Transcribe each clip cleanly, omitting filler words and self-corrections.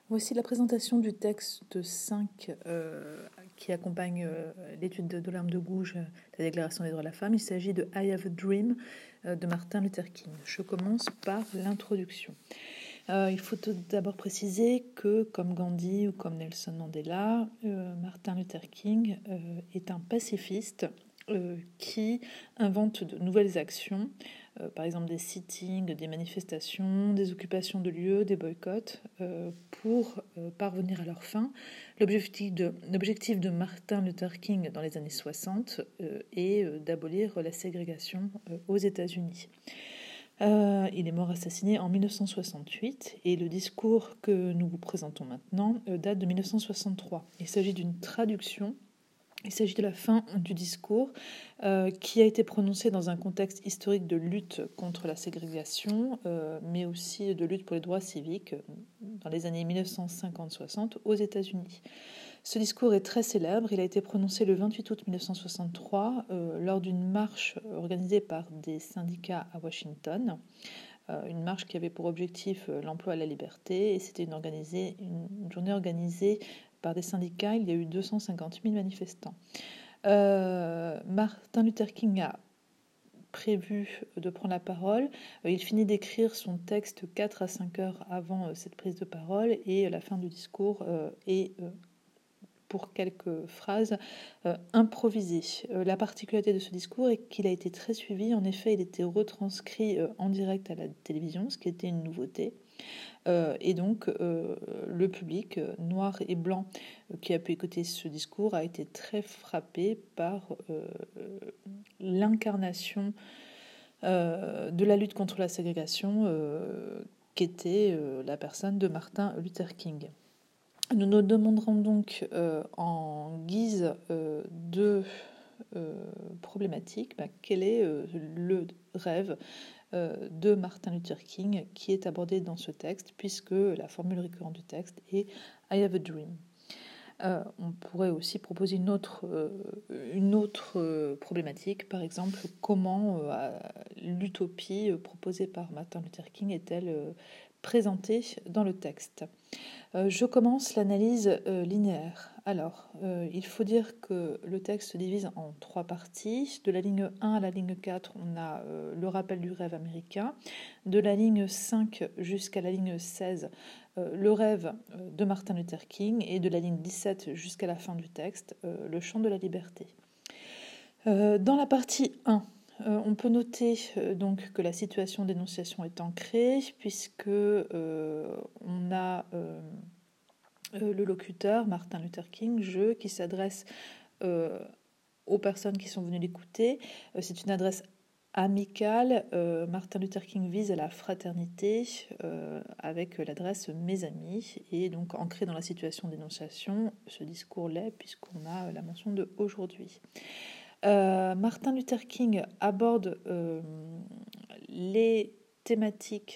Voici la présentation du texte 5 qui accompagne l'étude de l'arme de gauche, la Déclaration des droits de la femme. Il s'agit de I Have a Dream de Martin Luther King. Je commence par l'introduction. Il faut tout d'abord préciser que, comme Gandhi ou comme Nelson Mandela, Martin Luther King est un pacifiste qui invente de nouvelles actions, par exemple des sittings, des manifestations, des occupations de lieux, des boycotts, pour parvenir à leur fin. L'objectif de Martin Luther King dans les années 60 est d'abolir la ségrégation aux États-Unis. Il est mort assassiné en 1968 et le discours que nous vous présentons maintenant date de 1963. Il s'agit d'une traduction. Il s'agit de la fin du discours qui a été prononcé dans un contexte historique de lutte contre la ségrégation, mais aussi de lutte pour les droits civiques dans les années 1950-60 aux États-Unis. Ce discours est très célèbre. Il a été prononcé le 28 août 1963 lors d'une marche organisée par des syndicats à Washington. Une marche qui avait pour objectif l'emploi à la liberté, et c'était une journée organisée par des syndicats. Il y a eu 250 000 manifestants. Martin Luther King a prévu de prendre la parole. Il finit d'écrire son texte 4 à 5 heures avant cette prise de parole, et la fin du discours est pour quelques phrases improvisées. La particularité de ce discours est qu'il a été très suivi. En effet, il était retranscrit en direct à la télévision, ce qui était une nouveauté. Et donc, le public noir et blanc qui a pu écouter ce discours a été très frappé par l'incarnation de la lutte contre la ségrégation qu'était la personne de Martin Luther King. Nous nous demanderons donc en guise de problématique quel est le rêve de Martin Luther King qui est abordé dans ce texte, puisque la formule récurrente du texte est I have a dream. On pourrait aussi proposer une autre problématique, par exemple, comment l'utopie proposée par Martin Luther King est-elle présentée dans le texte. Je commence l'analyse linéaire. Alors, il faut dire que le texte se divise en 3 parties. De la ligne 1 à la ligne 4, on a le rappel du rêve américain. De la ligne 5 jusqu'à la ligne 16, le rêve de Martin Luther King. Et de la ligne 17 jusqu'à la fin du texte, le chant de la liberté. Dans la partie 1, on peut noter donc que la situation d'énonciation est ancrée, puisque on a le locuteur, Martin Luther King, qui s'adresse aux personnes qui sont venues l'écouter. C'est une adresse amicale. Martin Luther King vise à la fraternité avec l'adresse Mes amis, et donc ancré dans la situation d'énonciation, ce discours l'est puisqu'on a la mention de aujourd'hui. Martin Luther King aborde les thématiques,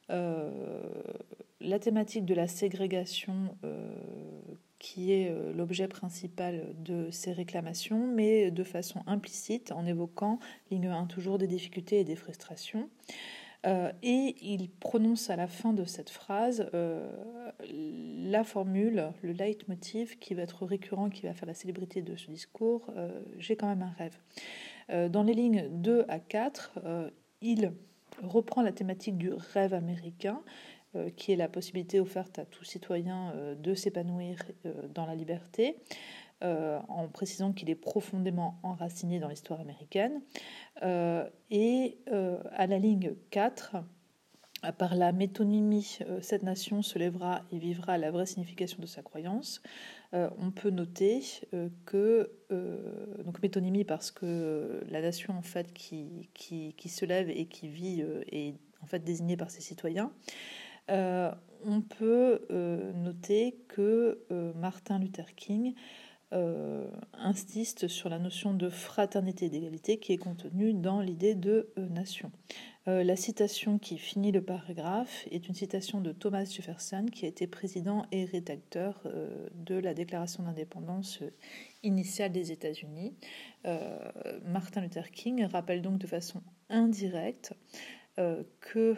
la thématique de la ségrégation qui est l'objet principal de ces réclamations, mais de façon implicite, en évoquant, ligne 1 toujours, des difficultés et des frustrations. Et il prononce à la fin de cette phrase la formule, le leitmotiv qui va être récurrent, qui va faire la célébrité de ce discours, j'ai quand même un rêve. Dans les lignes 2 à 4, il reprend la thématique du rêve américain, qui est la possibilité offerte à tout citoyen de s'épanouir dans la liberté, en précisant qu'il est profondément enraciné dans l'histoire américaine. Et à la ligne 4, par la métonymie, cette nation se lèvera et vivra la vraie signification de sa croyance. On peut noter que, donc métonymie parce que la nation en fait qui se lève et qui vit est en fait désignée par ses citoyens. On peut noter que Martin Luther King insiste sur la notion de fraternité et d'égalité qui est contenue dans l'idée de nation. La citation qui finit le paragraphe est une citation de Thomas Jefferson, qui a été président et rédacteur de la Déclaration d'indépendance initiale des États-Unis. Martin Luther King rappelle donc de façon indirecte que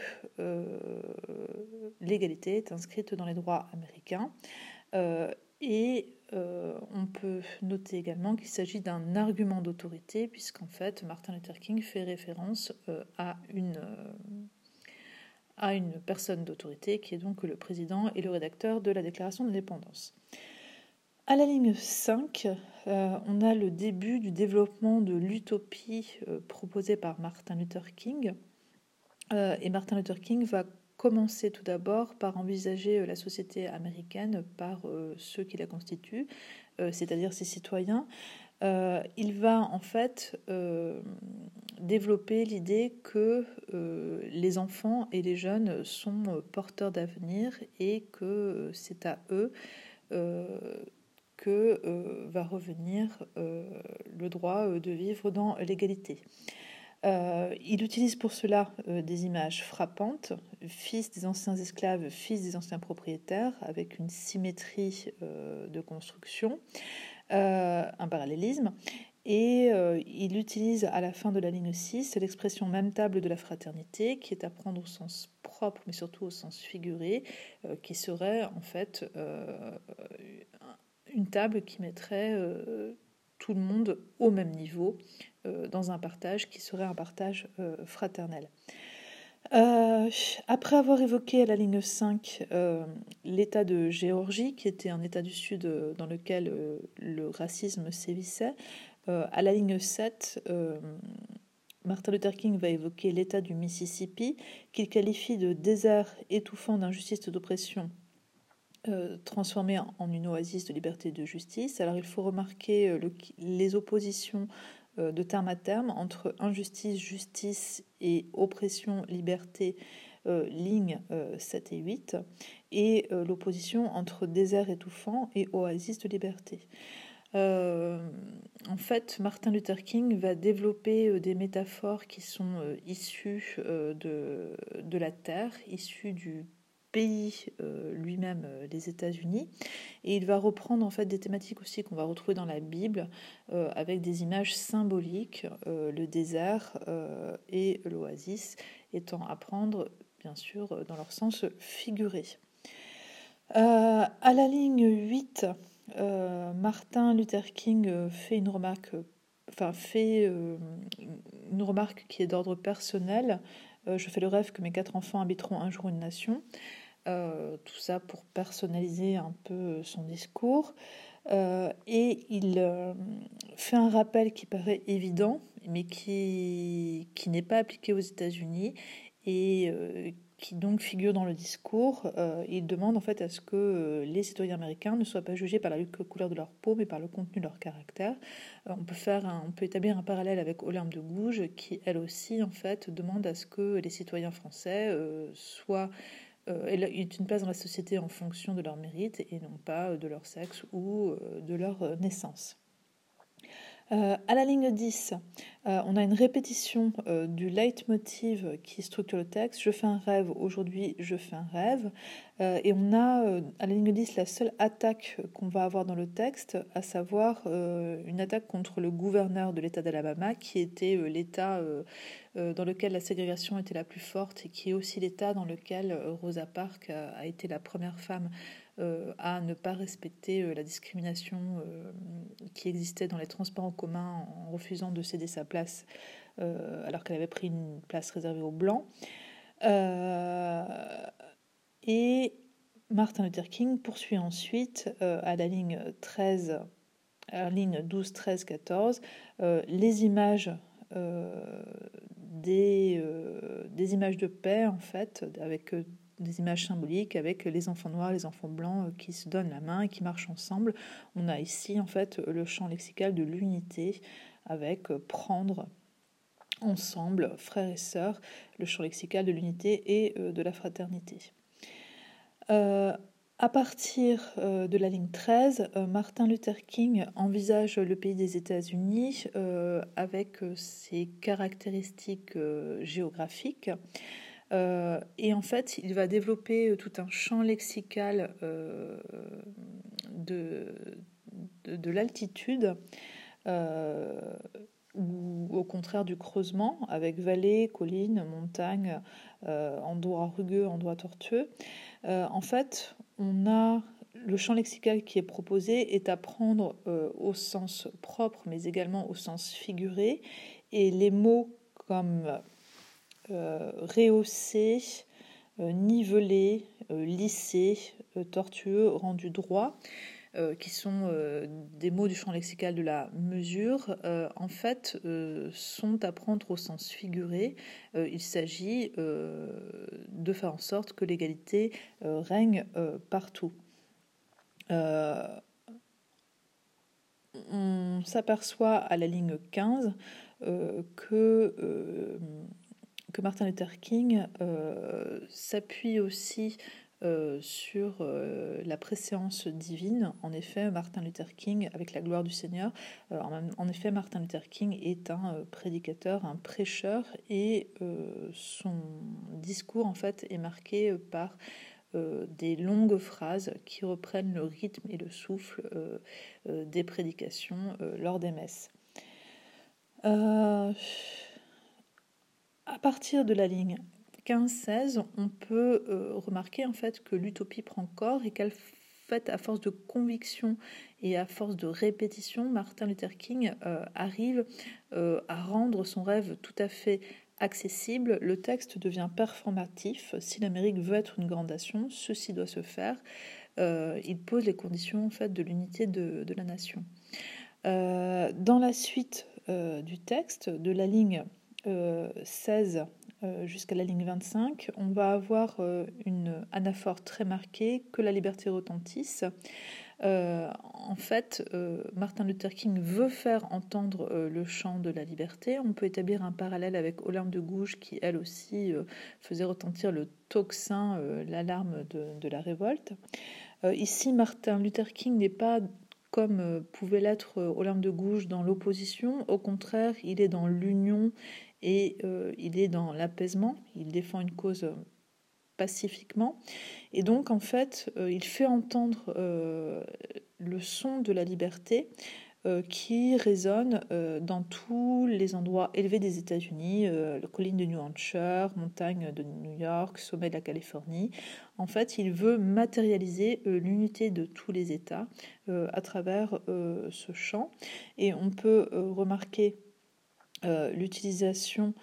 l'égalité est inscrite dans les droits américains. Et on peut noter également qu'il s'agit d'un argument d'autorité, puisqu'en fait, Martin Luther King fait référence à une personne d'autorité, qui est donc le président et le rédacteur de la Déclaration d'indépendance. À la ligne 5, on a le début du développement de l'utopie proposée par Martin Luther King. Et Martin Luther King va commencer tout d'abord par envisager la société américaine par ceux qui la constituent, c'est-à-dire ses citoyens. Il va en fait développer l'idée que les enfants et les jeunes sont porteurs d'avenir et que c'est à eux que va revenir le droit de vivre dans l'égalité. Il utilise pour cela des images frappantes, fils des anciens esclaves, fils des anciens propriétaires, avec une symétrie de construction, un parallélisme. Et il utilise à la fin de la ligne 6 l'expression même table de la fraternité, qui est à prendre au sens propre, mais surtout au sens figuré, qui serait en fait une table qui mettrait tout le monde au même niveau, dans un partage qui serait un partage fraternel. Après avoir évoqué à la ligne 5 l'état de Géorgie, qui était un état du Sud dans lequel le racisme sévissait, à la ligne 7, Martin Luther King va évoquer l'état du Mississippi, qu'il qualifie de désert étouffant d'injustice et d'oppression, transformé en une oasis de liberté et de justice. Alors il faut remarquer les oppositions de terme à terme entre injustice, justice et oppression, liberté, lignes 7 et 8, et l'opposition entre désert étouffant et oasis de liberté. En fait, Martin Luther King va développer des métaphores qui sont issues de la terre, issues du pays lui-même, les États-Unis, et il va reprendre en fait des thématiques aussi qu'on va retrouver dans la Bible, avec des images symboliques, le désert et l'oasis étant à prendre bien sûr dans leur sens figuré. À la ligne 8, Martin Luther King fait une remarque qui est d'ordre personnel. Je fais le rêve que mes 4 enfants habiteront un jour une nation. Tout ça pour personnaliser un peu son discours. Et il fait un rappel qui paraît évident, mais qui n'est pas appliqué aux États-Unis et qui donc figure dans le discours. Il demande en fait à ce que les citoyens américains ne soient pas jugés par la couleur de leur peau, mais par le contenu de leur caractère. On peut établir un parallèle avec Olympe de Gouges, qui elle aussi en fait demande à ce que les citoyens français soient aient une place dans la société en fonction de leur mérite et non pas de leur sexe ou de leur naissance. À la ligne 10, on a une répétition du leitmotiv qui structure le texte. Je fais un rêve, aujourd'hui je fais un rêve. Et on a à la ligne 10 la seule attaque qu'on va avoir dans le texte, à savoir une attaque contre le gouverneur de l'État d'Alabama, qui était l'État dans lequel la ségrégation était la plus forte et qui est aussi l'État dans lequel Rosa Parks a été la première femme à ne pas respecter la discrimination qui existait dans les transports en commun en refusant de céder sa place alors qu'elle avait pris une place réservée aux Blancs. Et Martin Luther King poursuit ensuite à la ligne 13, à la ligne 12, 13, 14, les images des images de paix en fait, avec des images symboliques avec les enfants noirs, les enfants blancs qui se donnent la main et qui marchent ensemble. On a ici en fait le champ lexical de l'unité avec prendre ensemble, frères et sœurs, le champ lexical de l'unité et de la fraternité. À partir de la ligne 13, Martin Luther King envisage le pays des États-Unis avec ses caractéristiques géographiques. Et en fait, il va développer tout un champ lexical de l'altitude ou au contraire du creusement, avec vallées, collines, montagnes, endroits rugueux, endroits tortueux. En fait, on a le champ lexical qui est proposé est à prendre au sens propre, mais également au sens figuré, et les mots comme rehaussé, nivelé, lissé, tortueux, rendu droit, qui sont des mots du champ lexical de la mesure, en fait, sont à prendre au sens figuré. Il s'agit de faire en sorte que l'égalité règne partout. On s'aperçoit à la ligne 15 que Martin Luther King s'appuie aussi sur la préséance divine. En effet, Martin Luther King, avec la gloire du Seigneur, en effet, Martin Luther King est un prédicateur, un prêcheur, et son discours, en fait, est marqué par des longues phrases qui reprennent le rythme et le souffle des prédications lors des messes. À partir de la ligne 15-16, on peut remarquer en fait que l'utopie prend corps et qu'elle fait, à force de conviction et à force de répétition, Martin Luther King arrive à rendre son rêve tout à fait accessible. Le texte devient performatif. Si l'Amérique veut être une grande nation, ceci doit se faire. Il pose les conditions en fait de l'unité de la nation. Dans la suite du texte, de la ligne 16 jusqu'à la ligne 25, on va avoir une anaphore très marquée, que la liberté retentisse. En fait, Martin Luther King veut faire entendre le chant de la liberté. On peut établir un parallèle avec Olympe de Gouges qui, elle aussi, faisait retentir le tocsin, l'alarme de la révolte. Ici, Martin Luther King n'est pas comme pouvait l'être Olympe de Gouges dans l'opposition. Au contraire, il est dans l'union et il est dans l'apaisement. Il défend une cause pacifiquement. Et donc, en fait, il fait entendre le son de la liberté qui résonne dans tous les endroits élevés des États-Unis, la colline de New Hampshire, montagne de New York, sommet de la Californie. En fait, il veut matérialiser l'unité de tous les États à travers ce chant. Et on peut remarquer l'utilisation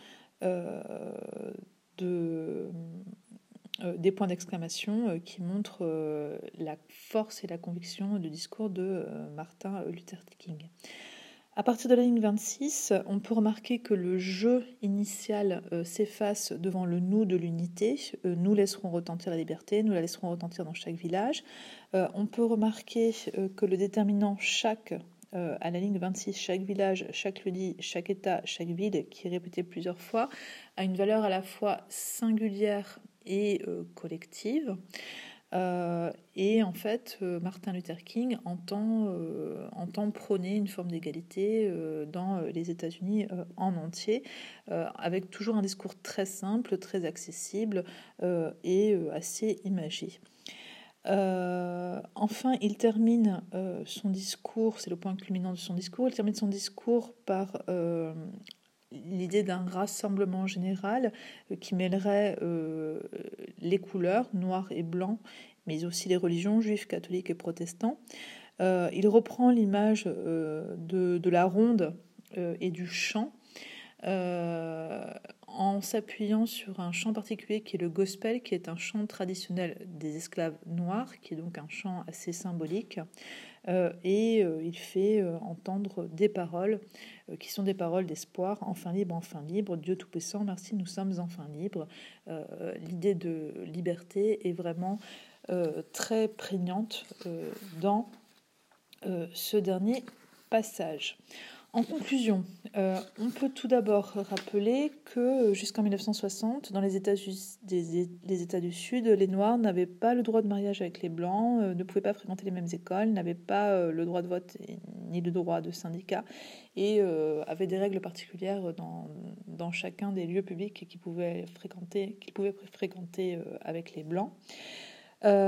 des points d'exclamation qui montrent la force et la conviction du discours de Martin Luther King. À partir de la ligne 26, on peut remarquer que le je initial s'efface devant le nous de l'unité. Nous laisserons retentir la liberté, nous la laisserons retentir dans chaque village. On peut remarquer que le déterminant chaque à la ligne 26, chaque village, chaque lieu-dit, chaque État, chaque ville, qui est répété plusieurs fois, a une valeur à la fois singulière et collective. Et en fait, Martin Luther King entend prôner une forme d'égalité dans les États-Unis en entier, avec toujours un discours très simple, très accessible et assez imagé. Enfin, il termine son discours, c'est le point culminant de son discours, il termine son discours par l'idée d'un rassemblement général qui mêlerait les couleurs, noir et blanc, mais aussi les religions, juifs, catholiques et protestants. Il reprend l'image de la ronde et du chant, en s'appuyant sur un chant particulier qui est le gospel, qui est un chant traditionnel des esclaves noirs, qui est donc un chant assez symbolique. Et il fait entendre des paroles qui sont des paroles d'espoir. Enfin libre, Dieu Tout-Puissant, merci, nous sommes enfin libres. L'idée de liberté est vraiment très prégnante dans ce dernier passage. En conclusion, on peut tout d'abord rappeler que jusqu'en 1960, dans les États du Sud, les Noirs n'avaient pas le droit de mariage avec les Blancs, ne pouvaient pas fréquenter les mêmes écoles, n'avaient pas le droit de vote ni le droit de syndicat, et avaient des règles particulières dans chacun des lieux publics qu'ils pouvaient fréquenter avec les Blancs.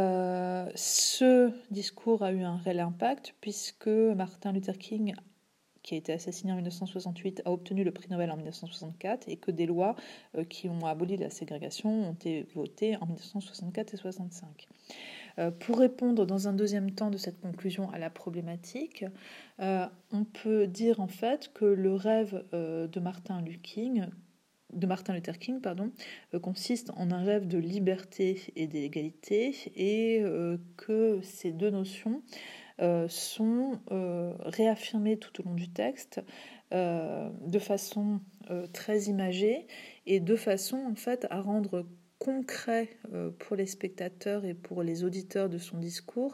Ce discours a eu un réel impact puisque Martin Luther King qui a été assassiné en 1968, a obtenu le prix Nobel en 1964 et que des lois qui ont aboli la ségrégation ont été votées en 1964 et 65. Pour répondre dans un deuxième temps de cette conclusion à la problématique, on peut dire en fait que le rêve de Martin Luther King, consiste en un rêve de liberté et d'égalité, et que ces deux notions sont réaffirmées tout au long du texte de façon très imagée et de façon en fait à rendre concret pour les spectateurs et pour les auditeurs de son discours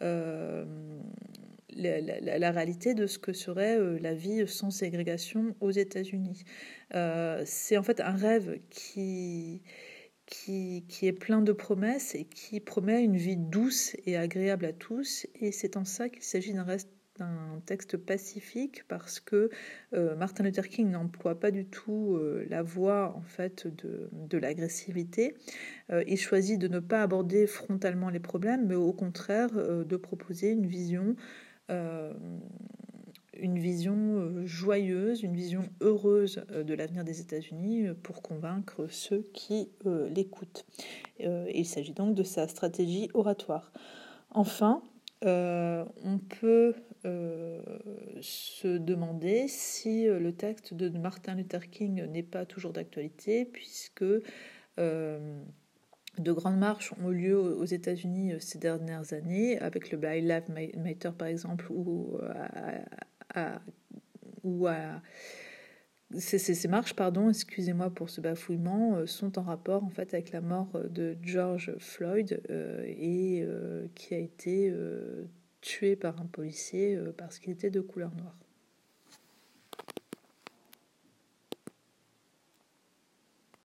la réalité de ce que serait la vie sans ségrégation aux États-Unis. C'est en fait un rêve qui est plein de promesses et qui promet une vie douce et agréable à tous. Et c'est en ça qu'il s'agit d'un texte pacifique, parce que Martin Luther King n'emploie pas du tout la voie en fait de l'agressivité. Il choisit de ne pas aborder frontalement les problèmes, mais au contraire de proposer une vision joyeuse, une vision heureuse de l'avenir des États-Unis pour convaincre ceux qui l'écoutent. Il s'agit donc de sa stratégie oratoire. Enfin, on peut se demander si le texte de Martin Luther King n'est pas toujours d'actualité, puisque de grandes marches ont lieu aux États-Unis ces dernières années, avec le Black Lives Matter par exemple, ces marches, excusez-moi pour ce bafouillement, sont en rapport en fait avec la mort de George Floyd qui a été tué par un policier parce qu'il était de couleur noire.